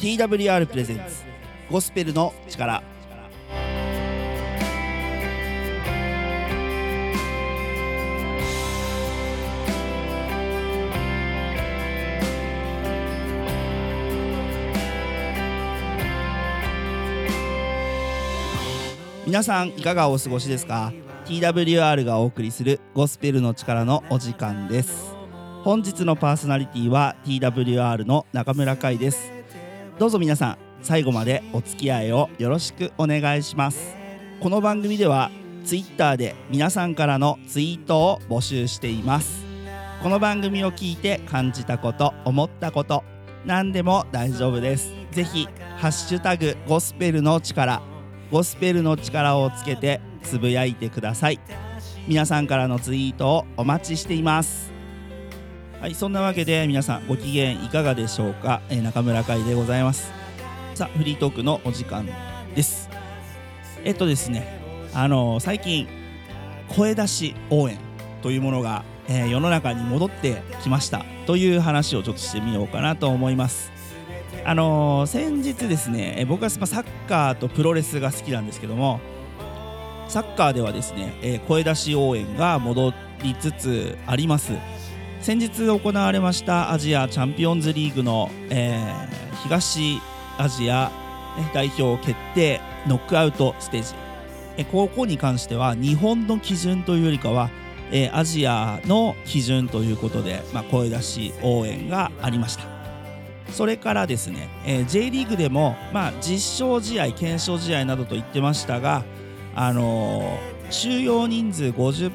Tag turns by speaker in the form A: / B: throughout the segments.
A: TWR プレゼンツゴスペルの力。皆さんいかがお過ごしですか？ TWR がお送りするゴスペルの力のお時間です。本日のパーソナリティは TWR の中村海です。どうぞ皆さん最後までお付き合いをよろしくお願いします。この番組では Twitter で皆さんからのツイートを募集しています。この番組を聞いて感じたこと、思ったこと、何でも大丈夫です。ぜひハッシュタグゴスペルの力、ゴスペルの力をつけてつぶやいてください。皆さんからのツイートをお待ちしています。はい、そんなわけで皆さんご機嫌いかがでしょうか？中村海でございます。さあ、フリートークのお時間です。ですね、最近声出し応援というものが、世の中に戻ってきましたという話をちょっとしてみようかなと思います。先日ですね、僕はサッカーとプロレスが好きなんですけども、サッカーではですね、声出し応援が戻りつつあります。先日行われましたアジアチャンピオンズリーグの、東アジア代表決定ノックアウトステージ、ここに関しては日本の基準というよりかは、アジアの基準ということで、声出し応援がありました。それからですね、J リーグでも、実証試合、検証試合などと言ってましたが、収容人数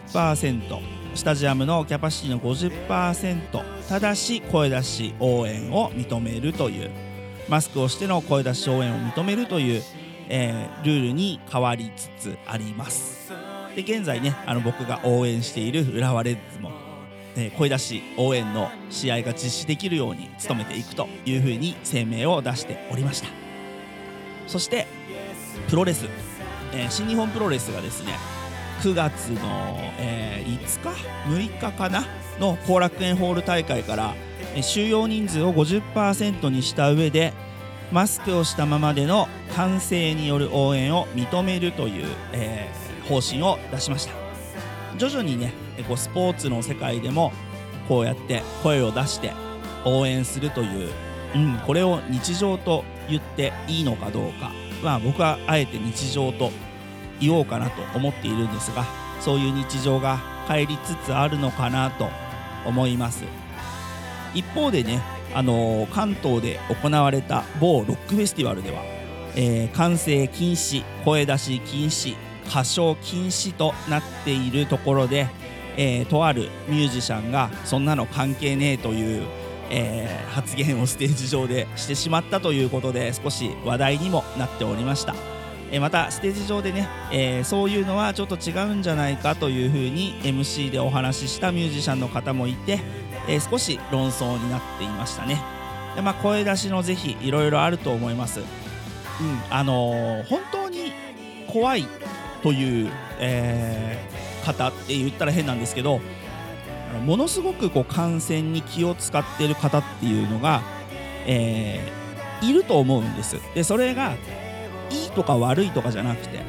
A: 50%、スタジアムのキャパシティの 50%、ただし声出し応援を認めるという、マスクをしての声出し応援を認めるという、ルールに変わりつつあります。で、現在ね、僕が応援している浦和レッズも、声出し応援の試合が実施できるように努めていくというふうに声明を出しておりました。そしてプロレス、新日本プロレスがですね、9月の、5日6日かなの後楽園ホール大会から、収容人数を 50% にした上でマスクをしたままでの歓声による応援を認めるという、方針を出しました。徐々にね、スポーツの世界でもこうやって声を出して応援するという、これを日常と言っていいのかどうか、僕はあえて日常と言おうかなと思っているんですが、そういう日常が帰りつつあるのかなと思います。一方でね、関東で行われた某ロックフェスティバルでは、歓声禁止、声出し禁止、歌唱禁止となっているところで、とあるミュージシャンがそんなの関係ねえという、発言をステージ上でしてしまったということで、少し話題にもなっておりました。またステージ上でね、そういうのはちょっと違うんじゃないかというふうに MC でお話ししたミュージシャンの方もいて、少し論争になっていましたね。で、声出しの是非いろいろあると思います。本当に怖いという、方って言ったら変なんですけど、ものすごく感染に気を使っている方っていうのが、いると思うんです。で、それがいいとか悪いとかじゃなくて、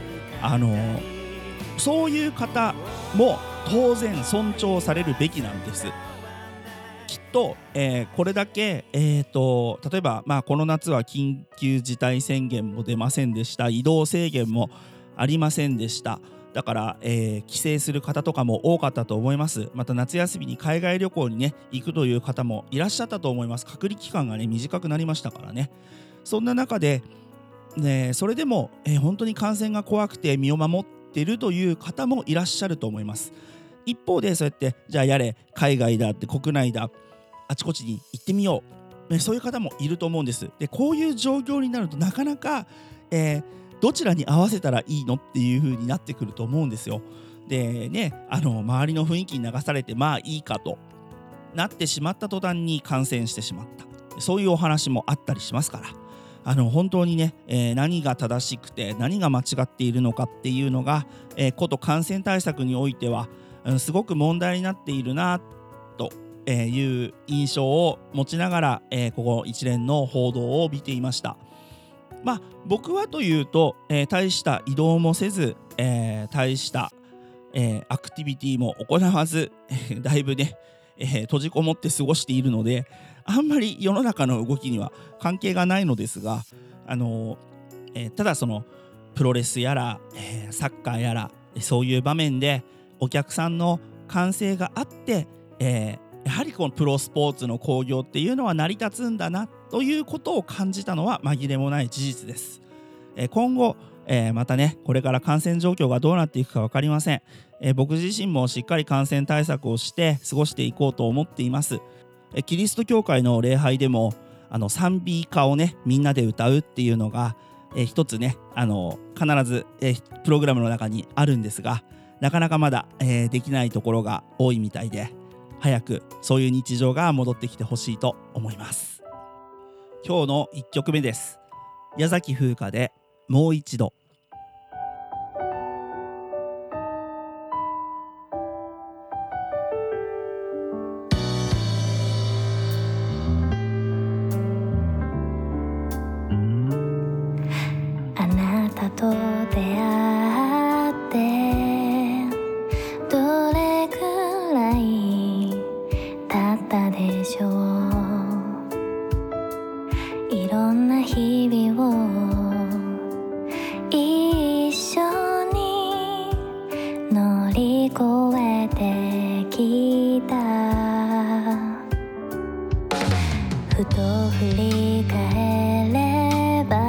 A: そういう方も当然尊重されるべきなんです。きっと、これだけ、例えば、この夏は緊急事態宣言も出ませんでした。移動制限もありませんでした。だから、帰省する方とかも多かったと思います。また夏休みに海外旅行にね行くという方もいらっしゃったと思います。隔離期間がね短くなりましたからね。そんな中でそれでも、本当に感染が怖くて身を守っているという方もいらっしゃると思います。一方でそうやってじゃあやれ海外だって国内だあちこちに行ってみよう、そういう方もいると思うんです。で、こういう状況になるとなかなか、どちらに合わせたらいいのっていう風になってくると思うんですよ。でね、周りの雰囲気に流されていいかとなってしまった途端に感染してしまった、そういうお話もあったりしますから、本当にね、何が正しくて何が間違っているのかっていうのが、こと感染対策においては、すごく問題になっているなという印象を持ちながら、ここ一連の報道を見ていました。僕はというと、大した移動もせず、大した、アクティビティも行わず、だいぶね、閉じこもって過ごしているので、あんまり世の中の動きには関係がないのですが、ただそのプロレスやら、サッカーやらそういう場面でお客さんの歓声があって、やはりこのプロスポーツの興行っていうのは成り立つんだなということを感じたのは紛れもない事実です。今後、またねこれから感染状況がどうなっていくか分かりません。僕自身もしっかり感染対策をして過ごしていこうと思っています。キリスト教会の礼拝でも賛美歌をねみんなで歌うっていうのが、一つね必ず、プログラムの中にあるんですが、なかなかまだ、できないところが多いみたいで、早くそういう日常が戻ってきてほしいと思います。今日の1曲目です。矢崎風花でもう一度。
B: あなたと出会ってどれくらい経ったでしょう。いろんな日々を一緒に乗り越えてきた。ふと振り返れば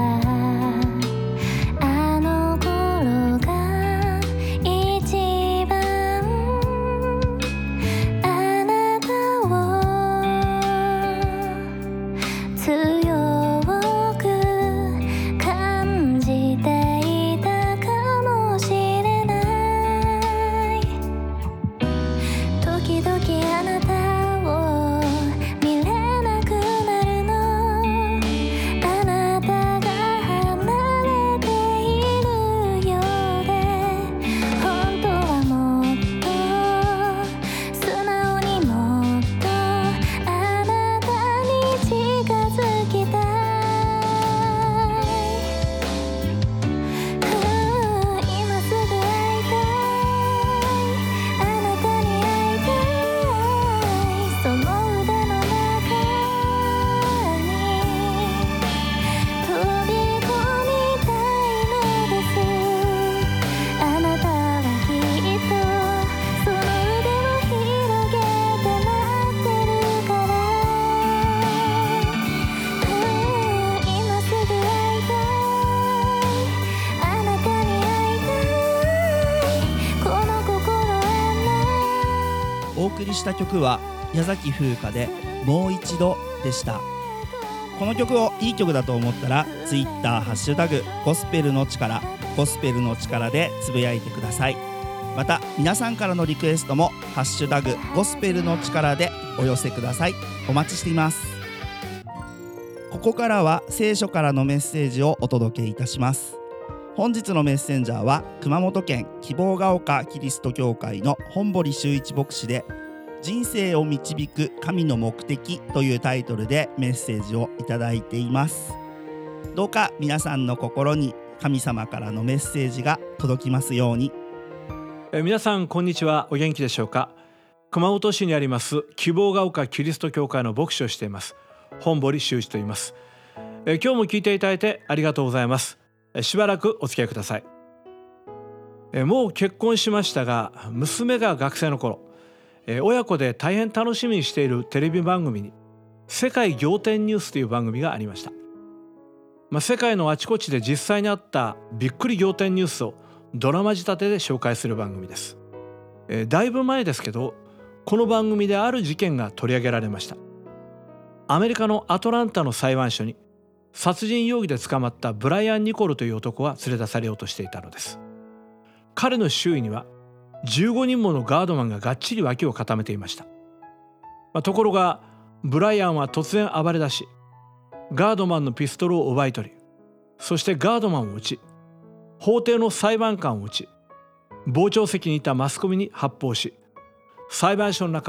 B: あの頃が一番あなたを強く感じていたかもしれない。時々あなたを見れなくなるの。あなたが離れているようで、本当はもっと素直にもっとあなたに近づきたい。今すぐ会いたい。あなたに会いたい。その腕の中に飛び込みたいのです。あなたはきっとその腕を広げて待ってるから。今すぐ会いたい。あなたに会いたい。この心はない。
A: お送りした曲は矢崎風花でもう一度でした。この曲をいい曲だと思ったら Twitter ハッシュタグゴスペルの力、ゴスペルの力でつぶやいてください。また皆さんからのリクエストもハッシュタグゴスペルの力でお寄せください。お待ちしています。ここからは聖書からのメッセージをお届けいたします。本日のメッセンジャーは熊本県希望が丘キリスト教会の本堀修一牧師で、人生を導く神の目的というタイトルでメッセージをいただいています。どうか皆さんの心に神様からのメッセージが届きますように。
C: 皆さんこんにちは。お元気でしょうか。熊本市にあります希望が丘キリスト教会の牧師をしています本堀修一と言います。今日も聞いていただいてありがとうございます。しばらくお付き合いください。もう結婚しましたが、娘が学生の頃、親子で大変楽しみにしているテレビ番組に世界仰天ニュースという番組がありました。世界のあちこちで実際にあったびっくり仰天ニュースをドラマ仕立てで紹介する番組です。だいぶ前ですけど、この番組である事件が取り上げられました。アメリカのアトランタの裁判所に殺人容疑で捕まったブライアン・ニコルという男が連れ出されようとしていたのです。彼の周囲には15人ものガードマンががっちり脇を固めていました。ところがブライアンは突然暴れ出し、ガードマンのピストルを奪い取り、そしてガードマンを撃ち、法廷の裁判官を撃ち、傍聴席にいたマスコミに発砲し、裁判所の中を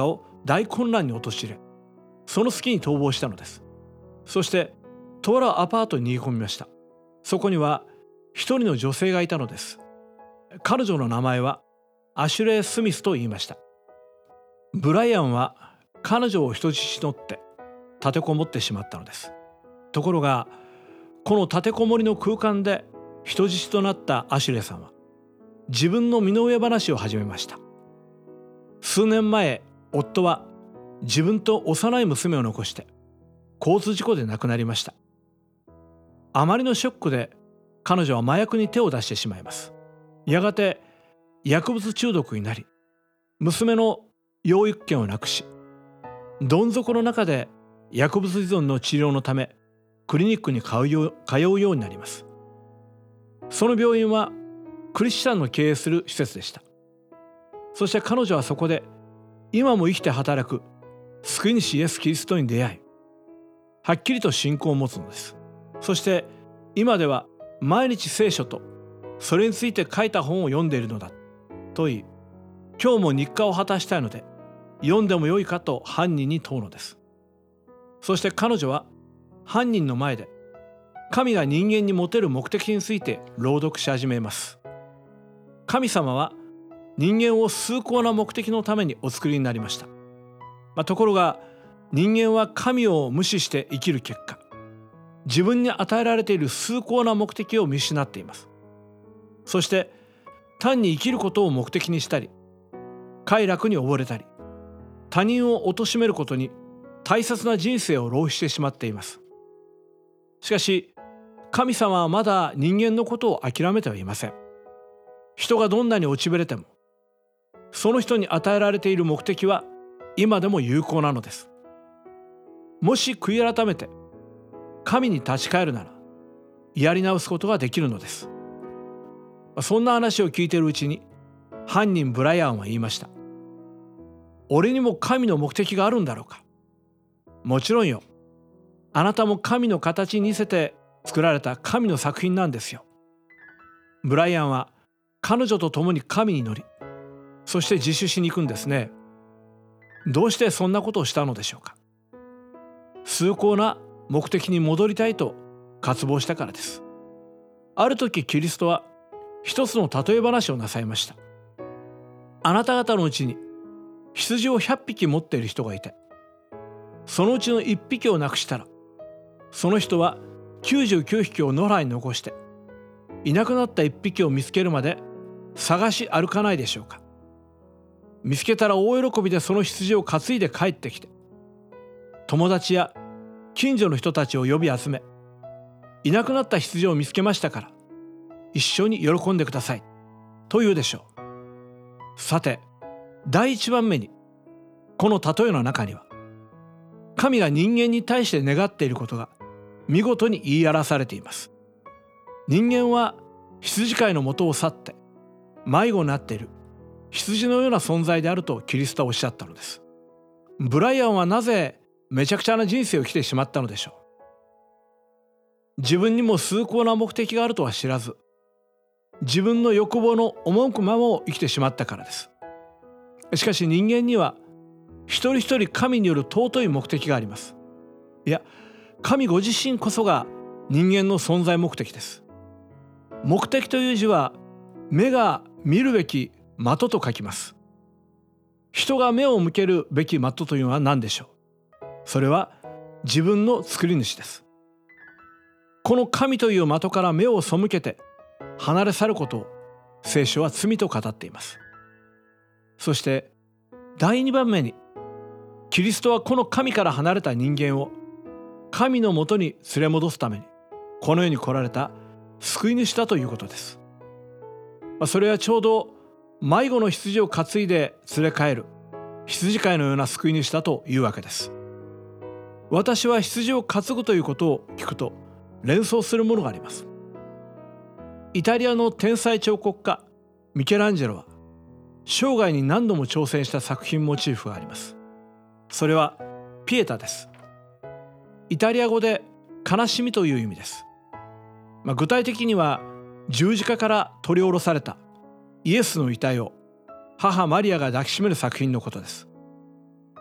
C: 大混乱に陥れ、その隙に逃亡したのです。そしてとあるアパートに逃げ込みました。そこには一人の女性がいたのです。彼女の名前はアシュレイ・スミスと言いました。ブライアンは彼女を人質に取って立てこもってしまったのです。ところがこの立てこもりの空間で人質となったアシュレイさんは自分の身の上話を始めました。数年前、夫は自分と幼い娘を残して交通事故で亡くなりました。あまりのショックで彼女は麻薬に手を出してしまいます。やがて薬物中毒になり、娘の養育権をなくし、どん底の中で薬物依存の治療のためクリニックに通うようになります。その病院はクリスチャンの経営する施設でした。そして彼女はそこで今も生きて働く救い主イエス・キリストに出会い、はっきりと信仰を持つのです。そして今では毎日聖書とそれについて書いた本を読んでいるのだと言い、今日も日課を果たしたいので読んでもよいかと犯人に問うのです。そして彼女は犯人の前で神が人間に持てる目的について朗読し始めます。神様は人間を崇高な目的のためにお作りになりました。ところが人間は神を無視して生きる結果、自分に与えられている崇高な目的を見失っています。そして単に生きることを目的にしたり、快楽に溺れたり、他人を貶めることに大切な人生を浪費してしまっています。しかし神様はまだ人間のことを諦めてはいません。人がどんなに落ちぶれても、その人に与えられている目的は今でも有効なのです。もし悔い改めて神に立ち返るなら、やり直すことができるのです。そんな話を聞いているうちに犯人ブライアンは言いました。俺にも神の目的があるんだろうか。もちろんよ。あなたも神の形に似せて作られた神の作品なんですよ。ブライアンは彼女と共に神に乗り、そして自首しに行くんですね。どうしてそんなことをしたのでしょうか。崇高な目的に戻りたいと渇望したからです。ある時キリストは一つの例え話をなさいました。あなた方のうちに羊を100匹持っている人がいて、そのうちの1匹をなくしたら、その人は99匹を野良に残して、いなくなった1匹を見つけるまで探し歩かないでしょうか。見つけたら大喜びでその羊を担いで帰ってきて、友達や近所の人たちを呼び集め、いなくなった羊を見つけましたから一緒に喜んでくださいと言うでしょう。さて、第一番目にこの例えの中には、神が人間に対して願っていることが見事に言い表されています。人間は羊飼いの元を去って迷子になっている羊のような存在であるとキリストはおっしゃったのです。ブライアンはなぜめちゃくちゃな人生を生きてしまったのでしょう。自分にも崇高な目的があるとは知らず、自分の欲望の赴くままを生きてしまったからです。しかし人間には一人一人神による尊い目的があります。いや、神ご自身こそが人間の存在目的です。目的という字は目が見るべき的と書きます。人が目を向けるべき的というのは何でしょう。それは自分の作り主です。この神という的から目を背けて離れ去ることを聖書は罪と語っています。そして第2番目に、キリストはこの神から離れた人間を神のもとに連れ戻すためにこの世に来られた救い主だということです。それはちょうど迷子の羊を担いで連れ帰る羊飼いのような救い主だというわけです。私は羊を担ぐということを聞くと連想するものがあります。イタリアの天才彫刻家ミケランジェロは生涯に何度も挑戦した作品モチーフがあります。それはピエタです。イタリア語で悲しみという意味です。具体的には十字架から取り下ろされたイエスの遺体を母マリアが抱きしめる作品のことです。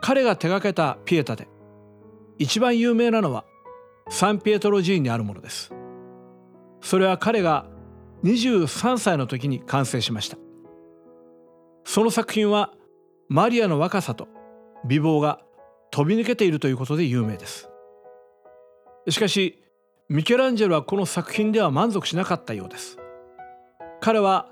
C: 彼が手がけたピエタで一番有名なのはサンピエトロ寺院にあるものです。それは彼が23歳の時に完成しました。その作品はマリアの若さと美貌が飛び抜けているということで有名です。しかしミケランジェロはこの作品では満足しなかったようです。彼は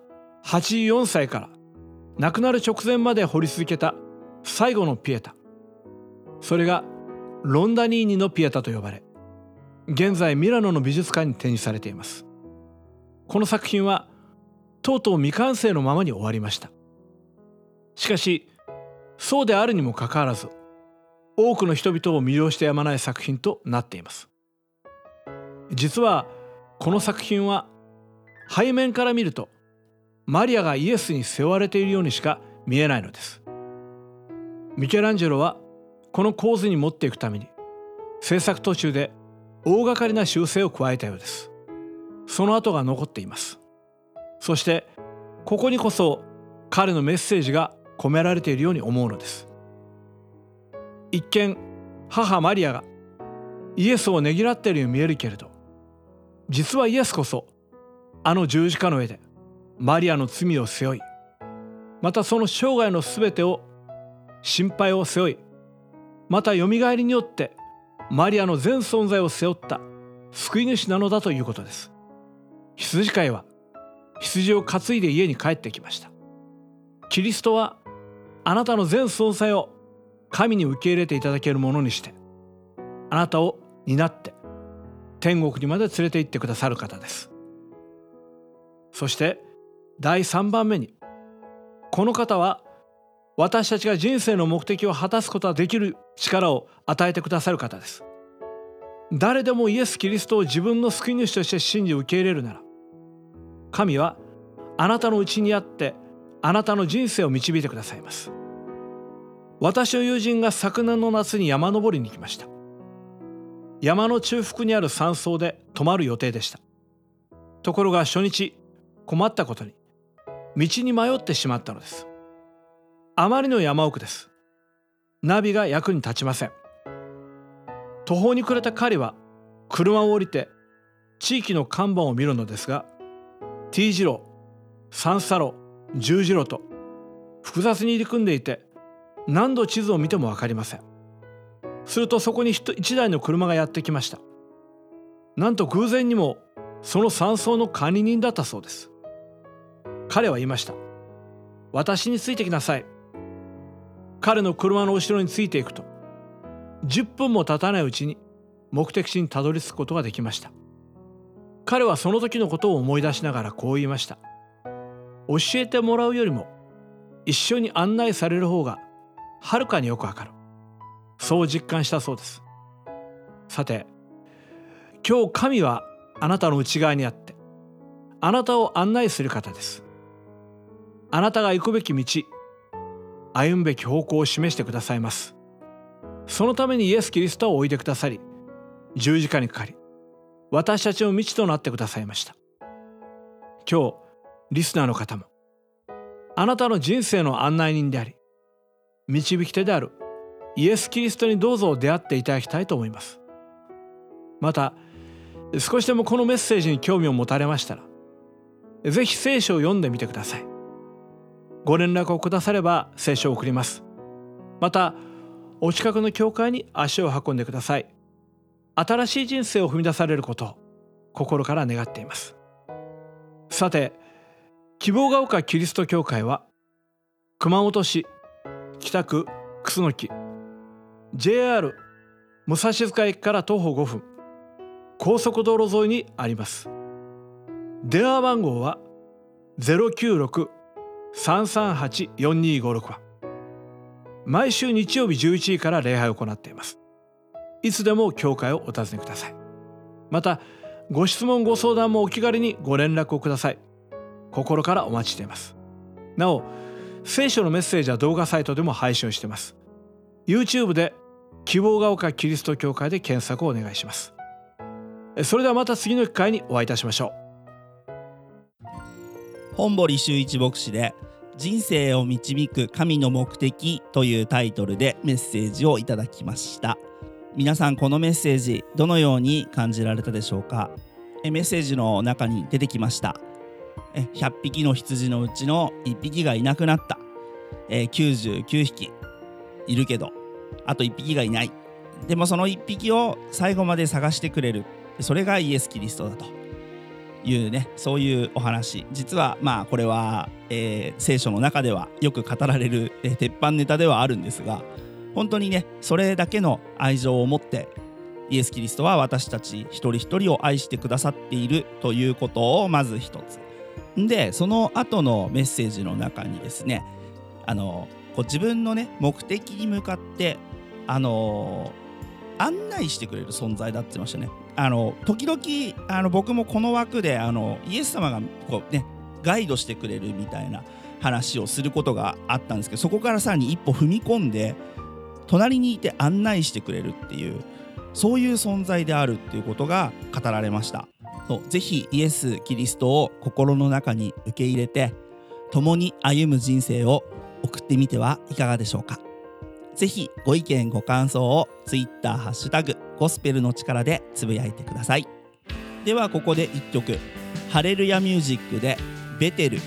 C: 84歳から亡くなる直前まで彫り続けた最後のピエタ、それがロンダニーニのピエタと呼ばれ、現在ミラノの美術館に展示されています。この作品はとうとう未完成のままに終わりました。しかしそうであるにもかかわらず、多くの人々を魅了してやまない作品となっています。実はこの作品は背面から見るとマリアがイエスに背負われているようにしか見えないのです。ミケランジェロはこの構図に持っていくために制作途中で大掛かりな修正を加えたようです。その跡が残っています。そしてここにこそ彼のメッセージが込められているように思うのです。一見母マリアがイエスをねぎらっているように見えるけれど、実はイエスこそあの十字架の上でマリアの罪を背負い、またその生涯のすべてを心配を背負い、またよみがえりによってマリアの全存在を背負った救い主なのだということです。羊飼いは羊を担いで家に帰ってきました。キリストはあなたの全存在を神に受け入れていただけるものにして、あなたを担って天国にまで連れて行ってくださる方です。そして第3番目に、この方は私たちが人生の目的を果たすことができる力を与えてくださる方です。誰でもイエス・キリストを自分の救い主として信じ受け入れるなら、神はあなたのうちにあってあなたの人生を導いてくださいます。私の友人が昨年の夏に山登りに来ました。山の中腹にある山荘で泊まる予定でした。ところが初日、困ったことに道に迷ってしまったのです。あまりの山奥です。ナビが役に立ちません。途方に暮れた彼は車を降りて地域の看板を見るのですが、 T 字路、3差路、10字路と複雑に入り組んでいて、何度地図を見ても分かりません。するとそこに一台の車がやってきました。なんと偶然にもその山荘の管理人だったそうです。彼は言いました。私についてきなさい。彼の車の後ろについていくと、10分も経たないうちに目的地にたどり着くことができました。彼はその時のことを思い出しながらこう言いました。教えてもらうよりも一緒に案内される方がはるかによくわかる。そう実感したそうです。さて、今日神はあなたの内側にあってあなたを案内する方です。あなたが行くべき道、歩むべき方向を示してくださいます。そのためにイエス・キリストをおいでくださり、十字架にかかり、私たちの道となってくださいました。今日リスナーの方もあなたの人生の案内人であり導き手であるイエス・キリストにどうぞ出会っていただきたいと思います。また少しでもこのメッセージに興味を持たれましたら、ぜひ聖書を読んでみてください。ご連絡をくだされば聖書を送ります。またお近くの教会に足を運んでください。新しい人生を踏み出されることを心から願っています。さて、希望が丘キリスト教会は熊本市北区楠木 JR 武蔵塚駅から徒歩5分、高速道路沿いにあります。電話番号は 096-338-4256 番。毎週日曜日11時から礼拝を行っています。いつでも教会をお訪ねください。またご質問ご相談もお気軽にご連絡をください。心からお待ちしています。なお、聖書のメッセージは動画サイトでも配信をしています。 YouTube で希望が丘キリスト教会で検索をお願いします。それではまた次の機会にお会いいたしましょう。
A: 本堀修一牧師で人生を導く神の目的というタイトルでメッセージをいただきました。皆さんこのメッセージどのように感じられたでしょうか。メッセージの中に出てきました。100匹の羊のうちの1匹がいなくなった。99匹いるけどあと1匹がいない。でもその1匹を最後まで探してくれる。それがイエス・キリストだというね、そういうお話。実はこれは、聖書の中ではよく語られる、鉄板ネタではあるんですが、本当にねそれだけの愛情を持ってイエス・キリストは私たち一人一人を愛してくださっているということをまず一つで、その後のメッセージの中にですね、こう自分のね目的に向かって案内してくれる存在だって言ってましたね。時々僕もこの枠でイエス様がこうねガイドしてくれるみたいな話をすることがあったんですけど、そこからさらに一歩踏み込んで隣にいて案内してくれるっていう、そういう存在であるっていうことが語られました。ぜひイエス・キリストを心の中に受け入れて共に歩む人生を送ってみてはいかがでしょうか。ぜひご意見ご感想をツイッターハッシュタグゴスペルの力でつぶやいてください。ではここで1曲、ハレルヤミュージックでベテル。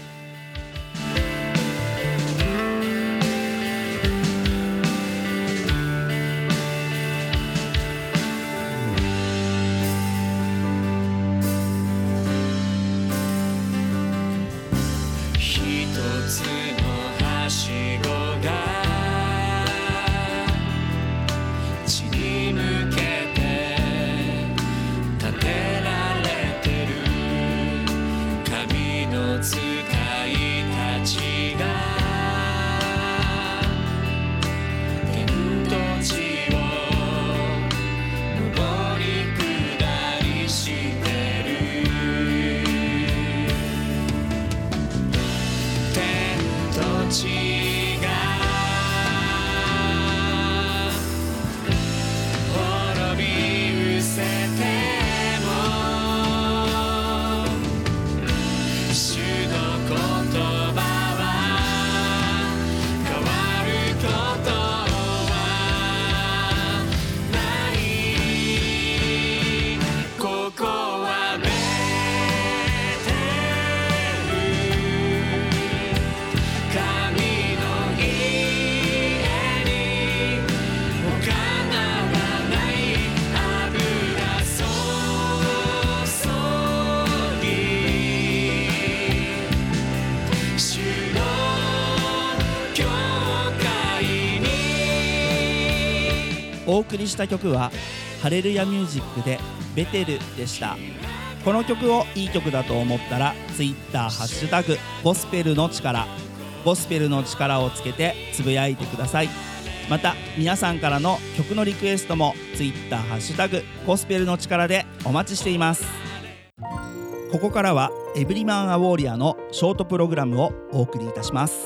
A: お送りした曲はハレルヤミュージックでベテルでした。この曲をいい曲だと思ったらツイッターハッシュタグゴスペルの力、ゴスペルの力をつけてつぶやいてください。また皆さんからの曲のリクエストもツイッターハッシュタグゴスペルの力でお待ちしています。ここからはエブリマンアウォーリアのショートプログラムをお送りいたします。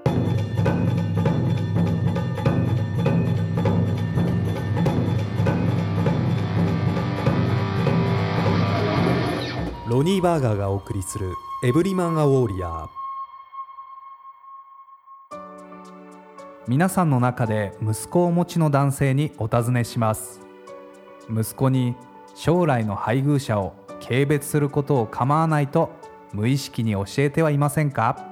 D: ロニー・バーガーがお送りするエブリマン・ア・ウォーリアー。皆さんの中で息子をお持ちの男性にお尋ねします。息子に将来の配偶者を軽蔑することを構わないと無意識に教えてはいませんか？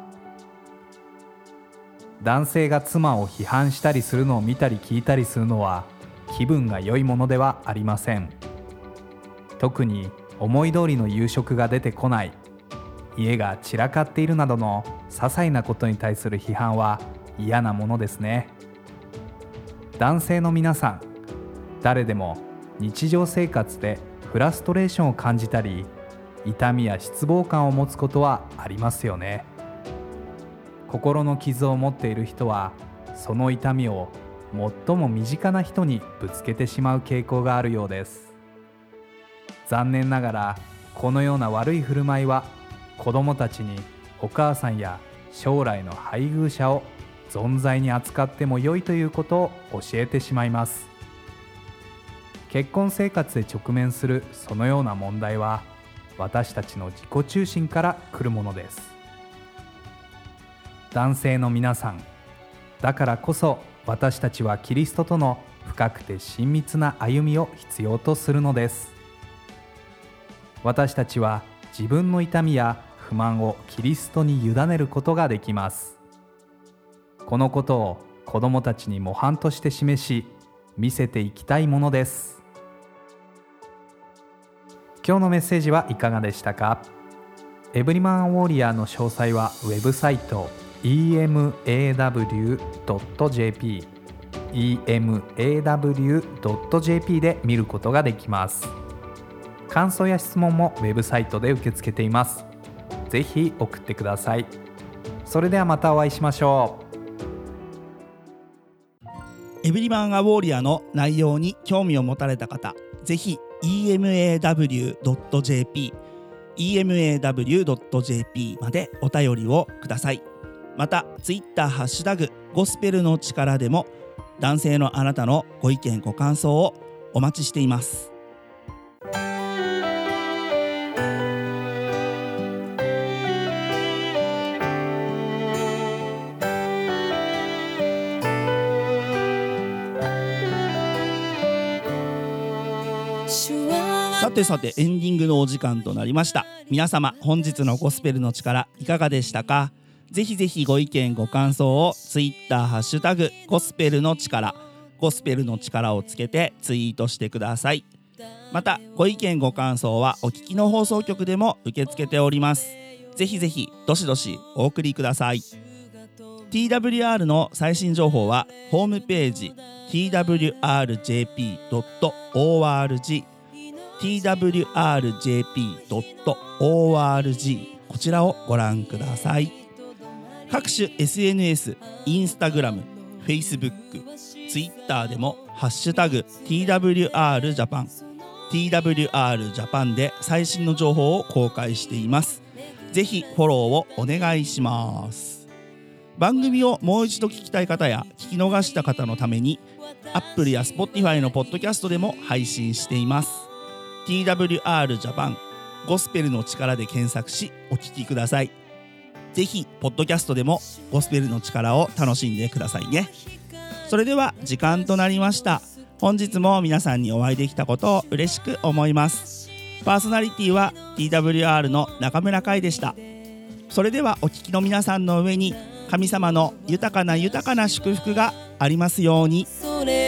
D: 男性が妻を批判したりするのを見たり聞いたりするのは気分が良いものではありません。特に思い通りの夕食が出てこない、家が散らかっているなどの些細なことに対する批判は嫌なものですね。男性の皆さん、誰でも日常生活でフラストレーションを感じたり、痛みや失望感を持つことはありますよね。心の傷を持っている人は、その痛みを最も身近な人にぶつけてしまう傾向があるようです。残念ながらこのような悪い振る舞いは子どもたちにお母さんや将来の配偶者を存在に扱っても良いということを教えてしまいます。結婚生活で直面するそのような問題は私たちの自己中心から来るものです。 男性の皆さん、だからこそ私たちはキリストとの深くて親密な歩みを必要とするのです。私たちは自分の痛みや不満をキリストに委ねることができます。このことを子どもたちに模範として示し、見せていきたいものです。今日のメッセージはいかがでしたか？エブリマンウォーリアーの詳細はウェブサイト emaw.jp emaw.jp で見ることができます。感想や質問もウェブサイトで受け付けています。ぜひ送ってください。それではまたお会いしましょ
A: う。エブリマンアウォーリアの内容に興味を持たれた方、ぜひ emaw.jp emaw.jp までお便りをください。またツイッターハッシュタグゴスペルの力でも男性のあなたのご意見ご感想をお待ちしています。さてエンディングのお時間となりました。皆様本日のゴスペルの力いかがでしたか？ぜひぜひご意見ご感想をツイッターハッシュタグゴスペルの力をつけてツイートしてください。またご意見ご感想はお聞きの放送局でも受け付けております。ぜひぜひどしどしお送りください。 TWR の最新情報はホームページ twrjp.org twrjp.org こちらをご覧ください。各種 SNS、インスタグラム、フェイスブック、ツイッターでもハッシュタグ TWR ジャパン TWR ジャパンで最新の情報を公開しています。ぜひフォローをお願いします。番組をもう一度聞きたい方や聞き逃した方のために Apple や Spotify のポッドキャストでも配信しています。TWR ジャパンゴスペルの力で検索しお聞きください。ぜひポッドキャストでもゴスペルの力を楽しんでくださいね。それでは時間となりました。本日も皆さんにお会いできたことを嬉しく思います。パーソナリティは TWR の中村海でした。それではお聞きの皆さんの上に神様の豊かな祝福がありますように。
E: それ